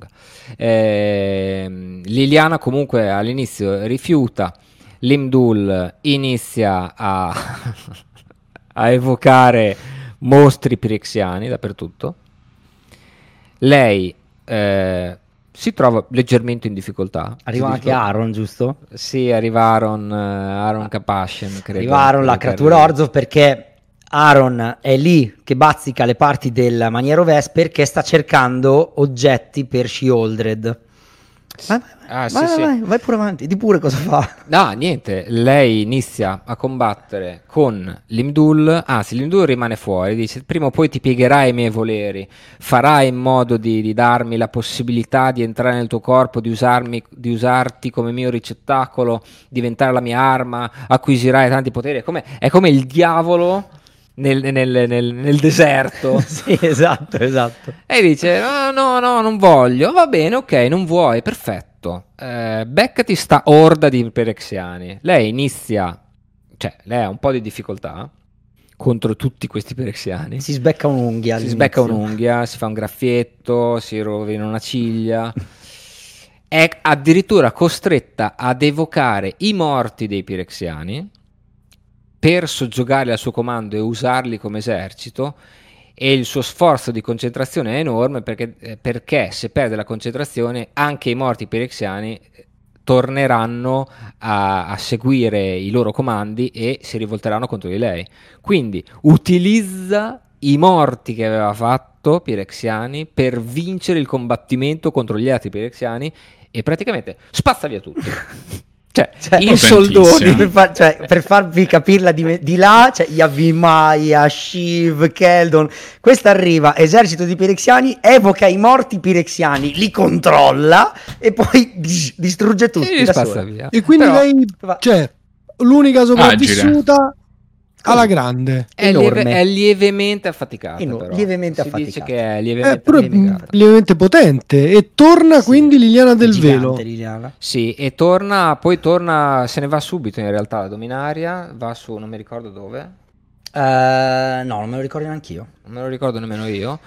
Liliana comunque all'inizio rifiuta, l'Imdul inizia a evocare mostri pirexiani dappertutto. Lei si trova leggermente in difficoltà. Arriva anche Aaron, giusto? Sì, arriva Aaron Capashen, credo. Arriva Aaron, la creatura Orzhov, perché Aaron è lì che bazzica le parti del Maniero Ves perché sta cercando oggetti per Sheoldred. Vai pure avanti, di pure cosa fa. No, niente, lei inizia a combattere con l'Imdul, l'Imdul rimane fuori, dice prima o poi ti piegherai ai miei voleri, farai in modo di darmi la possibilità di entrare nel tuo corpo, di usarti come mio ricettacolo, diventare la mia arma, acquisirai tanti poteri, è come il diavolo nel deserto. Sì, esatto. E dice no, non voglio. Va bene, ok, non vuoi, perfetto. Beccati sta orda di pirexiani. Lei lei ha un po' di difficoltà contro tutti questi pirexiani. Si sbecca un'unghia, si fa un graffietto, si rovina una ciglia. È addirittura costretta ad evocare i morti dei pirexiani per soggiogarli al suo comando e usarli come esercito, e il suo sforzo di concentrazione è enorme perché se perde la concentrazione anche i morti pirexiani torneranno a seguire i loro comandi e si rivolteranno contro di lei. Quindi utilizza i morti che aveva fatto pirexiani per vincere il combattimento contro gli altri pirexiani e praticamente spazza via tutti. I soldoni per farvi capirla di là c'è Yavimaya, Shiv, Keldon. Questa arriva, esercito di pirexiani, evoca i morti pirexiani, li controlla e poi distrugge tutti e li spazza via. E quindi lei l'unica sopravvissuta alla grande, è lievemente affaticata, dice che è lievemente potente, e torna quindi Liliana del Velo. Liliana. Sì, e poi torna, se ne va subito in realtà la Dominaria, va su non mi ricordo dove. No, non me lo ricordo neanch'io. Non me lo ricordo nemmeno io.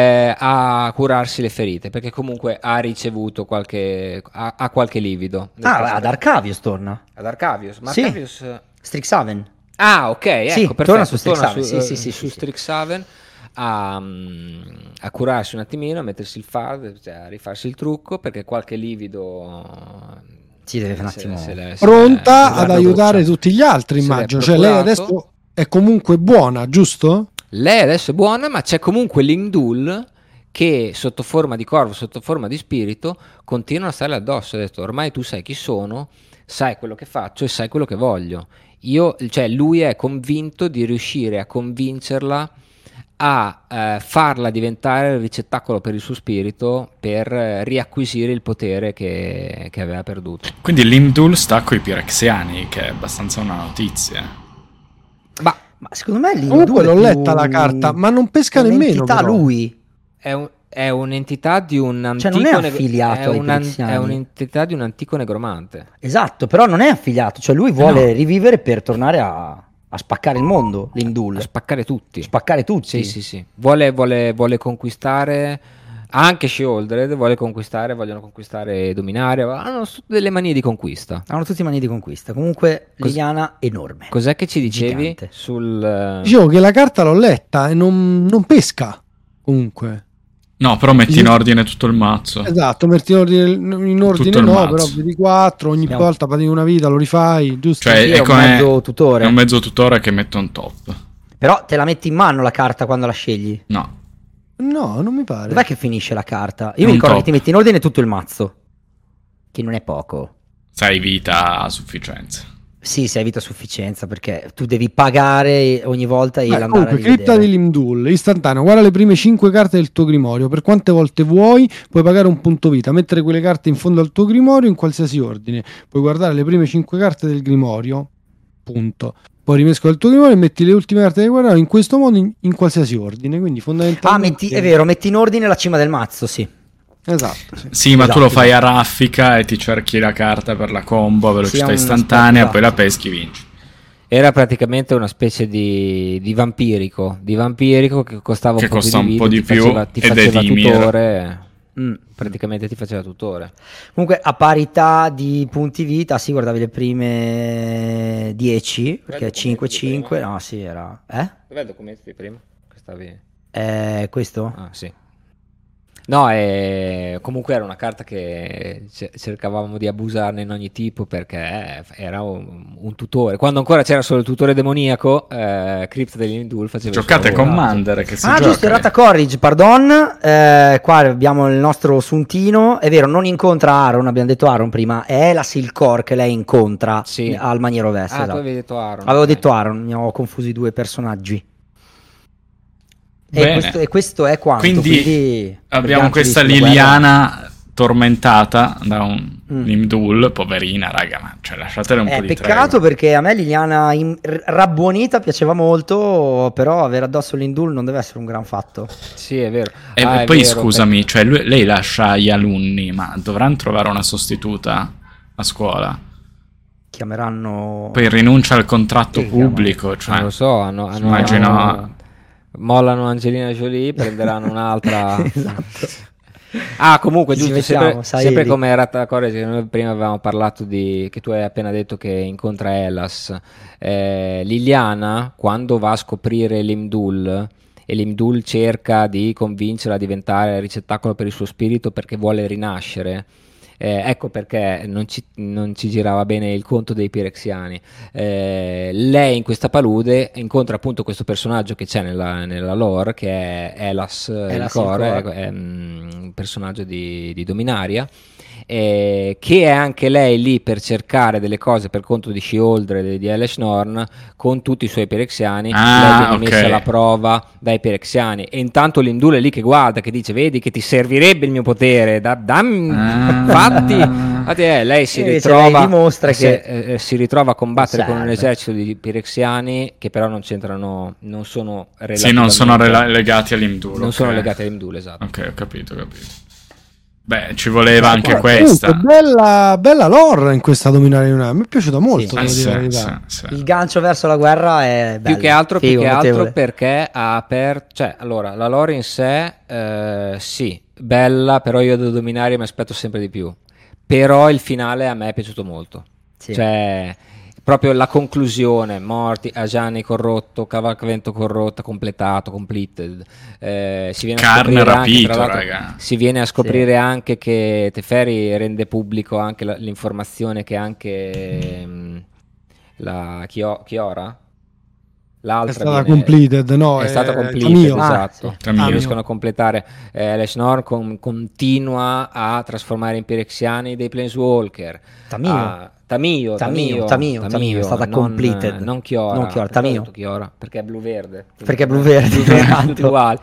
A curarsi le ferite, perché comunque ha ricevuto qualche livido. Ad Arcavius torna. Ad Arcavius, ma sì. Arcavius Strixhaven. Ok, ecco, sì, perfetto. Torna su Strixhaven. Su Strixhaven a curarsi un attimino, a mettersi il fardo, a rifarsi il trucco, perché qualche livido si deve un attimo pronta ad aiutare tutti gli altri, immagino. Cioè lei adesso è comunque buona, giusto? Lei adesso è buona, ma c'è comunque l'Imdul che sotto forma di corvo, sotto forma di spirito, continua a stare addosso. Ha detto ormai tu sai chi sono, sai quello che faccio e sai quello che voglio. Lui è convinto di riuscire a convincerla a farla diventare il ricettacolo per il suo spirito, per riacquisire il potere che aveva perduto. Quindi l'Imdul sta coi pirexiani, che è abbastanza una notizia. Ma secondo me l'Imdul l'ho letta la carta, ma non pesca nemmeno. Lui è un'entità di un antico, non è affiliato ai pirexiani. È un'entità di un antico negromante. Esatto, però non è affiliato, cioè lui vuole rivivere per tornare a spaccare il mondo, l'Imdul. A spaccare tutti. Spaccare tutti. Sì. Vuole conquistare Anche Sheoldred vogliono conquistare e dominare, hanno delle manie di conquista. Hanno tutti manie di conquista. Comunque Liliana enorme. Cos'è che ci dicevi Gigante. Dicevo che la carta l'ho letta e non pesca comunque. No, però metti in ordine tutto il mazzo. Esatto, metti in ordine no, però vedi 4, ogni volta pati una vita, lo rifai, giusto? Cioè è un mezzo tutore. È un mezzo tutore che mette on top. Però te la metti in mano la carta quando la scegli? No, non mi pare. Dov'è che finisce la carta? Io mi ricordo che ti metti in ordine tutto il mazzo, che non è poco. Sai vita a sufficienza. Sì, se hai vita a sufficienza, perché tu devi pagare ogni volta e andare comunque, a rivedere. cripta di Lim-Dûl, istantaneo, guarda le prime 5 carte del tuo grimorio, per quante volte vuoi, puoi pagare un punto vita, mettere quelle carte in fondo al tuo grimorio in qualsiasi ordine, puoi guardare le prime 5 carte del grimorio, punto. Poi rimescola il tuo grimorio e metti le ultime carte del grimorio in questo modo in qualsiasi ordine, quindi fondamentalmente... è vero, metti in ordine la cima del mazzo, sì. Esatto, sì, ma tu lo fai a raffica e ti cerchi la carta per la combo a velocità istantanea, poi la peschi, vinci. Era praticamente una specie di vampirico che costava un po' di più ti faceva tutore. Praticamente ti faceva tutore. Comunque a parità di punti vita, sì, guardavi le prime 10, perché 5-5, no, sì, era... Dov'è il documento di prima? Questo? Ah, sì. No, comunque era una carta che cercavamo di abusarne in ogni tipo, perché era un tutore. Quando ancora c'era solo il tutore demoniaco, Crypt degli Lim-Dûl faceva... Giocate Commander che si gioca. Giusto, Errata Courage, pardon. Qua abbiamo il nostro Suntino. È vero, non incontra Aaron, abbiamo detto Aaron prima. È la Silcor che lei incontra al Maniero Vest. Tu avevi detto Aaron. Avevo detto Aaron, mi ho confuso i due personaggi. E questo è quanto. Quindi abbiamo questa Liliana tormentata da un Lim-Dûl, poverina, raga, ma cioè, lasciatele un po' di peccato, perché a me Liliana rabbonita piaceva molto, però avere addosso Lim-Dûl non deve essere un gran fatto. Sì, è vero. E poi vero, scusami, cioè lei lascia gli alunni, ma dovranno trovare una sostituta a scuola. Chiameranno... Poi rinuncia al contratto pubblico, cioè, non lo so, immagino... mollano Angelina Jolie, prenderanno un'altra. Esatto. Comunque giusto, sempre come Errata Courage, che noi prima avevamo parlato che tu hai appena detto che incontra Hellas. Liliana, quando va a scoprire Lim-Dûl e Lim-Dûl cerca di convincerla a diventare ricettacolo per il suo spirito perché vuole rinascere, ecco perché non ci girava bene il conto dei Pirexiani. Lei in questa palude incontra appunto questo personaggio che c'è nella lore, che è Hellas il Core, è un personaggio di Dominaria, che è anche lei lì per cercare delle cose per conto di Sheoldred e di Elesh Norn con tutti i suoi Pirexiani. Lei viene messa alla prova dai Pirexiani e intanto Lim-Dûl è lì che guarda, che dice: vedi che ti servirebbe il mio potere, infatti lei si ritrova, lei dimostra che si ritrova a combattere con un esercito di Pirexiani che però non c'entrano, non sono legati a Lim-Dûl. Non sono legati a Lim-Dûl, esatto. Ok, ho capito. Beh, ci voleva anche questa. Bella lore in questa Dominare Luna. Mi è piaciuta molto. Sì. Il gancio verso la guerra è bello. Più che altro perché ha aperto. Cioè, allora, la lore in sé, sì, bella, però io da Dominaria mi aspetto sempre di più. Però il finale a me è piaciuto molto. Sì. Cioè, proprio la conclusione, morti, Ajani corrotto, Cavalcavento corrotta, completato, completed. Si viene Carne rapito, raga. Si viene a scoprire anche che Teferi rende pubblico anche l'informazione che anche la Chiora, l'altra è stata completed, no? È stata completed, esatto. Riescono a completare. Elesh Norn continua a trasformare in Pirexiani dei Planeswalker. Tamio, è stata completed. Non Chiora, Tamio. Chiora, perché è blu-verde. Perché è blu-verde. Tutti uguali.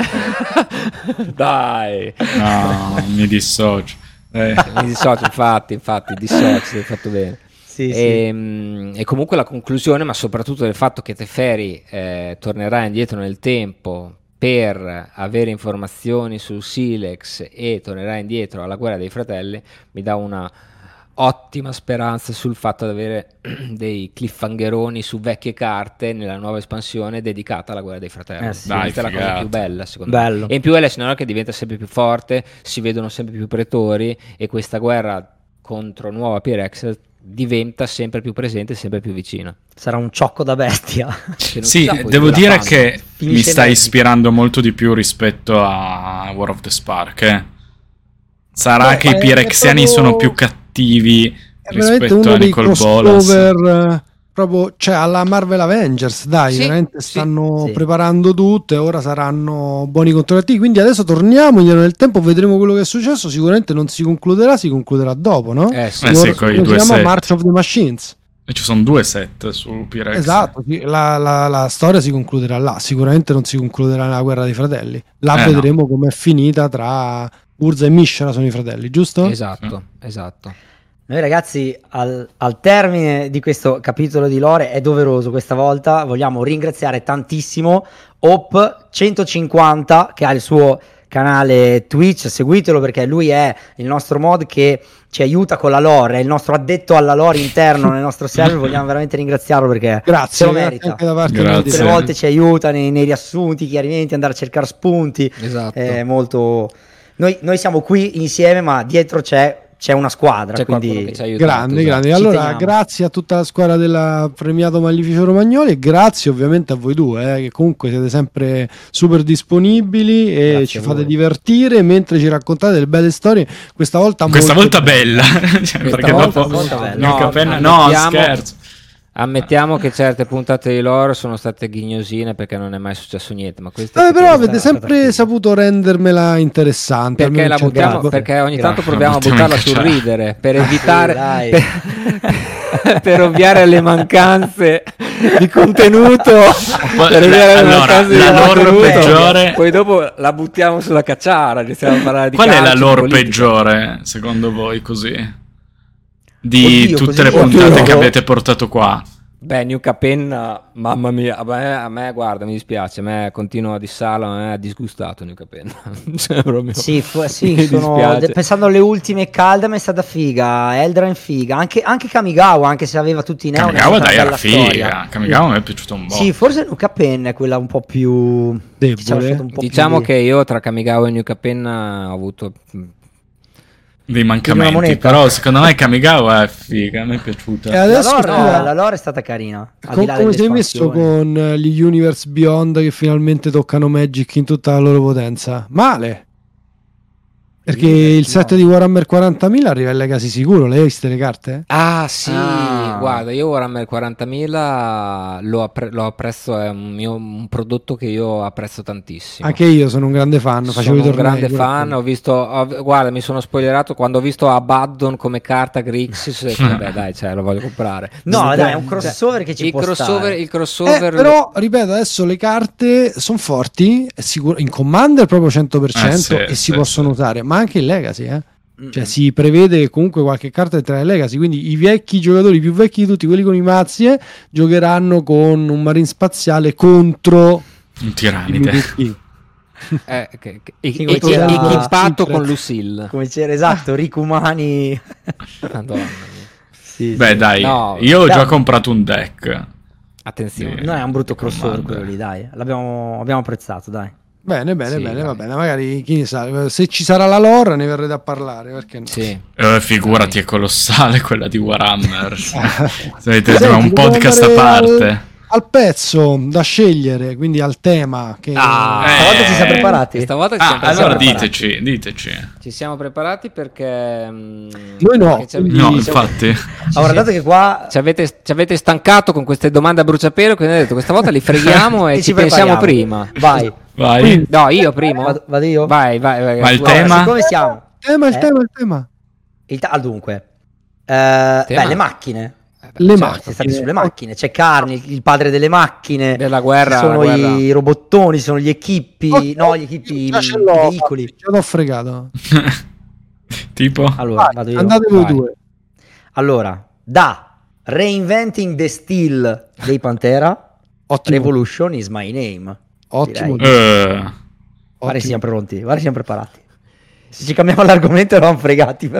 Dai. No, mi dissocio. Mi dissocio, infatti, dissocio, hai fatto bene. E comunque la conclusione, ma soprattutto del fatto che Teferi tornerà indietro nel tempo per avere informazioni sul Silex e tornerà indietro alla guerra dei fratelli, mi dà una ottima speranza sul fatto di avere dei cliffhangeroni su vecchie carte nella nuova espansione dedicata alla guerra dei fratelli. Sì. Dai, questa è la cosa più bella, secondo me. E in più è la scenario che diventa sempre più forte, si vedono sempre più pretori e questa guerra contro nuova P-Rex diventa sempre più presente e sempre più vicina. Sarà un ciocco da bestia. Sì, devo dire che mi sta ispirando molto di più rispetto a War of the Spark. Sarà che i P-Rexiani sono più cattivi rispetto a Nicol Bolas. Proprio, cioè, alla Marvel Avengers, dai, veramente stanno preparando tutto e ora saranno buoni controllati. Quindi adesso torniamo indietro nel tempo, vedremo quello che è successo. Sicuramente non si concluderà, si concluderà dopo, no? Sì, con i due set. March of the Machines. E ci sono 2 set su P-Rex. Esatto, la storia si concluderà là. Sicuramente non si concluderà nella guerra dei fratelli. Là vedremo com'è finita tra Urza e Mishra, sono i fratelli, giusto? Esatto. Noi ragazzi al termine di questo capitolo di lore è doveroso questa volta, vogliamo ringraziare tantissimo Op150 che ha il suo canale Twitch, seguitelo perché lui è il nostro mod che ci aiuta con la lore, è il nostro addetto alla lore interno nel nostro server, vogliamo veramente ringraziarlo perché se lo merita. Tutte le volte ci aiuta nei riassunti, chiarimenti, andare a cercare spunti. Esatto. È molto... Noi siamo qui insieme ma dietro c'è una squadra, quindi che ci aiuta. Grande. Allora, grazie a tutta la squadra del premiato Magnificio Romagnoli e grazie ovviamente a voi due, che comunque siete sempre super disponibili e grazie ci fate divertire mentre ci raccontate delle belle storie. Questa volta bella. Perché dopo scherzo. Ammettiamo che certe puntate di lore sono state ghignosine perché non è mai successo niente, ma però avete sempre saputo rendermela interessante. Perché la buttiamo, perché ogni tanto proviamo a buttarla sul ridere per evitare per ovviare alle mancanze di contenuto. La lore peggiore. Poi dopo la buttiamo sulla cacciara, iniziamo a parlare di qual è la lore peggiore secondo voi così? Di tutte le puntate che avete portato qua. Beh, New Capenna, mamma mia, a me guarda, mi dispiace, a me continua a dissarlo, a me ha disgustato New Capenna. Cioè, proprio, pensando alle ultime Kaldheim è stata figa, Eldraine figa, anche Kamigawa, anche se aveva tutti i neo. Kamigawa era figa, Kamigawa mi è piaciuto un po'. Sì, forse New Capenna è quella un po' più debole. Diciamo che io tra Kamigawa e New Capenna ho avuto dei mancamenti, però secondo me Kamigawa è figa, mi è piaciuta. E adesso la lore è stata carina. Come sei messo con gli Universe Beyond che finalmente toccano Magic in tutta la loro potenza? Male. Perché il set di Warhammer 40.000 arriva in Legacy sicuro, le hai viste le carte? Guarda, io Warhammer 40.000 lo apprezzo, è un prodotto che io apprezzo tantissimo. Anche io sono un grande fan, sono un grande fan, guarda, mi sono spoilerato quando ho visto Abaddon come carta Grixis, vabbè dai, lo voglio comprare. No, dai, è un crossover che ci può stare. Il crossover però, ripeto, adesso le carte sono forti, in Commander proprio 100% e si possono usare, ma anche in Legacy, cioè si prevede che comunque qualche carta entrerà in Legacy, quindi i vecchi giocatori più vecchi di tutti, quelli con i mazzi, giocheranno con un marine spaziale contro un tirannide equipato con Lucille, come c'era, esatto, Ricumani. Madonna. Beh dai, io ho già comprato un deck, attenzione, non è un brutto crossover quello lì, dai, abbiamo apprezzato, dai. Bene, va bene, magari chi ne sa, se ci sarà la lore ne verrete a parlare, perché no? Sì. Figurati, è colossale quella di Warhammer. Senti, un podcast a parte. Al pezzo da scegliere, quindi al tema che stavolta ci siamo preparati. Allora diteci. Ci siamo preparati perché noi no. Infatti. Guardate che qua ci avete stancato con queste domande a bruciapelo, quindi ho detto questa volta li freghiamo e ci pensiamo prima. Vai. No, io prima. Vado io? Vai. Ma il tema? Come siamo? Il tema. Dunque, le macchine. Macchine. State sulle macchine, c'è Carni, il padre delle macchine della guerra, sono i robottoni, sono gli equippi, i veicoli. Ci ho fregato. Tipo? Allora, vado io. Andate voi due. Allora, da Reinventing the Steel dei Pantera, Revolution is my name. Ottimo. Guarda, siamo pronti, guarda, siamo preparati. Se ci cambiamo l'argomento eravamo fregati, però.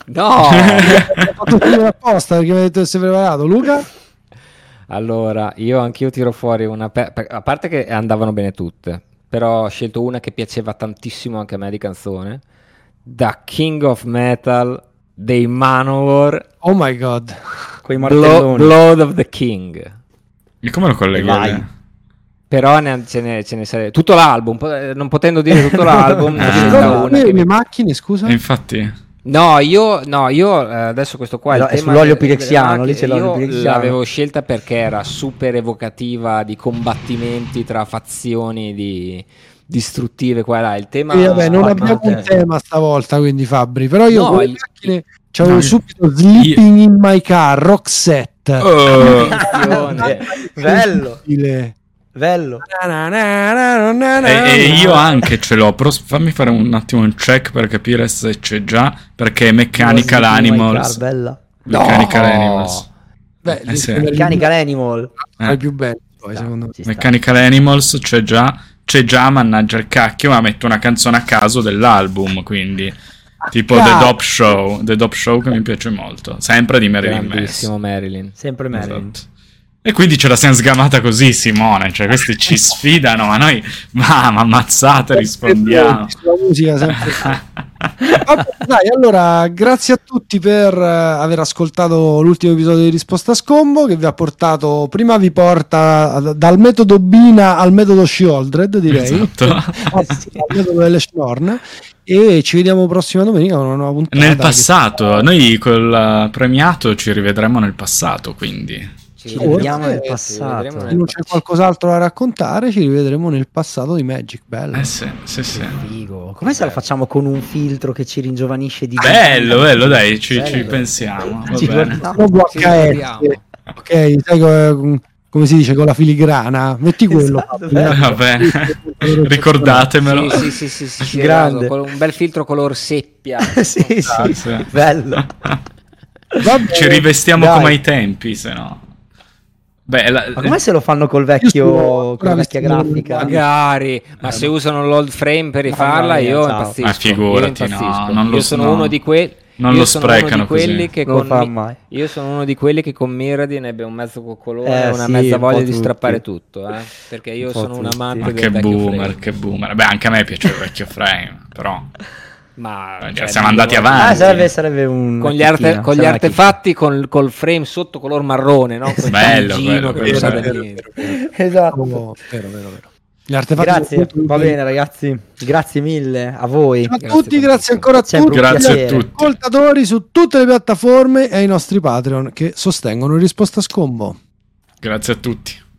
No! Ho fatto finire apposta perché mi ha detto che sei preparato. Luca? Allora, anch'io tiro fuori una... a parte che andavano bene tutte, però ho scelto una che piaceva tantissimo anche a me di canzone. The King of Metal dei Manowar. Oh my god. Quei martelloni. Blood of the King. E come lo colleghi? Però ce ne sarebbe tutto l'album, non potendo dire tutto l'album. Le macchine, scusa? Infatti... No, io adesso questo qua è sull'olio pirexiano, lì c'è l'olio pirexiano. L'avevo scelta perché era super evocativa di combattimenti tra fazioni distruttive qua e là. Il tema vabbè, non abbiamo un tema stavolta, quindi Fabri, però io con le macchine c'avevo subito Sleeping in My Car, Roxette. Bello. E io anche ce l'ho, però fammi fare un attimo un check per capire se c'è già, perché Mechanical Animals. Mechanical Animals. Mechanical Animal è più bello poi, secondo me. Mechanical Animals c'è già, mannaggia il cacchio, ma metto una canzone a caso dell'album, quindi tipo The Dope Show che mi piace molto, sempre di Marilyn Manson. Sempre Marilyn. Esatto. E quindi ce la siamo sgamata così, Simone, cioè questi ci sfidano, ma noi, ammazzate, rispondiamo. La musica sempre. Dai, allora, grazie a tutti per aver ascoltato l'ultimo episodio di Risposta a Scombo, che vi ha portato, prima vi porta dal metodo Bina al metodo Shieldred, direi. Esatto. Al metodo delle Schnorn. E ci vediamo prossima domenica con una nuova puntata. Nel passato, noi col premiato ci rivedremo nel passato, quindi... Ci rivediamo nel passato. Se non c'è qualcos'altro da raccontare, ci rivedremo nel passato di Magic. Bello. Sì. Figo. Come se lo facciamo con un filtro che ci ringiovanisce di bello, dai, ci pensiamo. Va bene. Ok, sai come si dice, con la filigrana. Metti quello. Va bene. Ricordatemelo. Sì, grande. Con un bel filtro color seppia. sì. Bello. Ci rivestiamo come ai tempi, se no. Ma come se lo fanno con la vecchia grafica? Magari, ma se usano l'old frame per rifarla, io impazzisco. Ma figurati, io sono uno di quelli. Non lo sprecano così. Io sono uno di quelli che con Mirrodin ebbe un mezzo colore e una mezza voglia di strappare tutto, perché io sono un amante del vecchio frame. Che boomer. Beh, anche a me piace il vecchio frame, però... Ma siamo andati avanti. Sarebbe un con gli artefatti col frame sotto color marrone, no? Bello. Esatto. Vero. Grazie, va bene ragazzi, grazie mille a voi. Ciao a tutti, grazie ancora a tutti. Grazie a tutti. Ascoltatori su tutte le piattaforme e ai nostri Patreon che sostengono Risposta a Scombo. Grazie a tutti.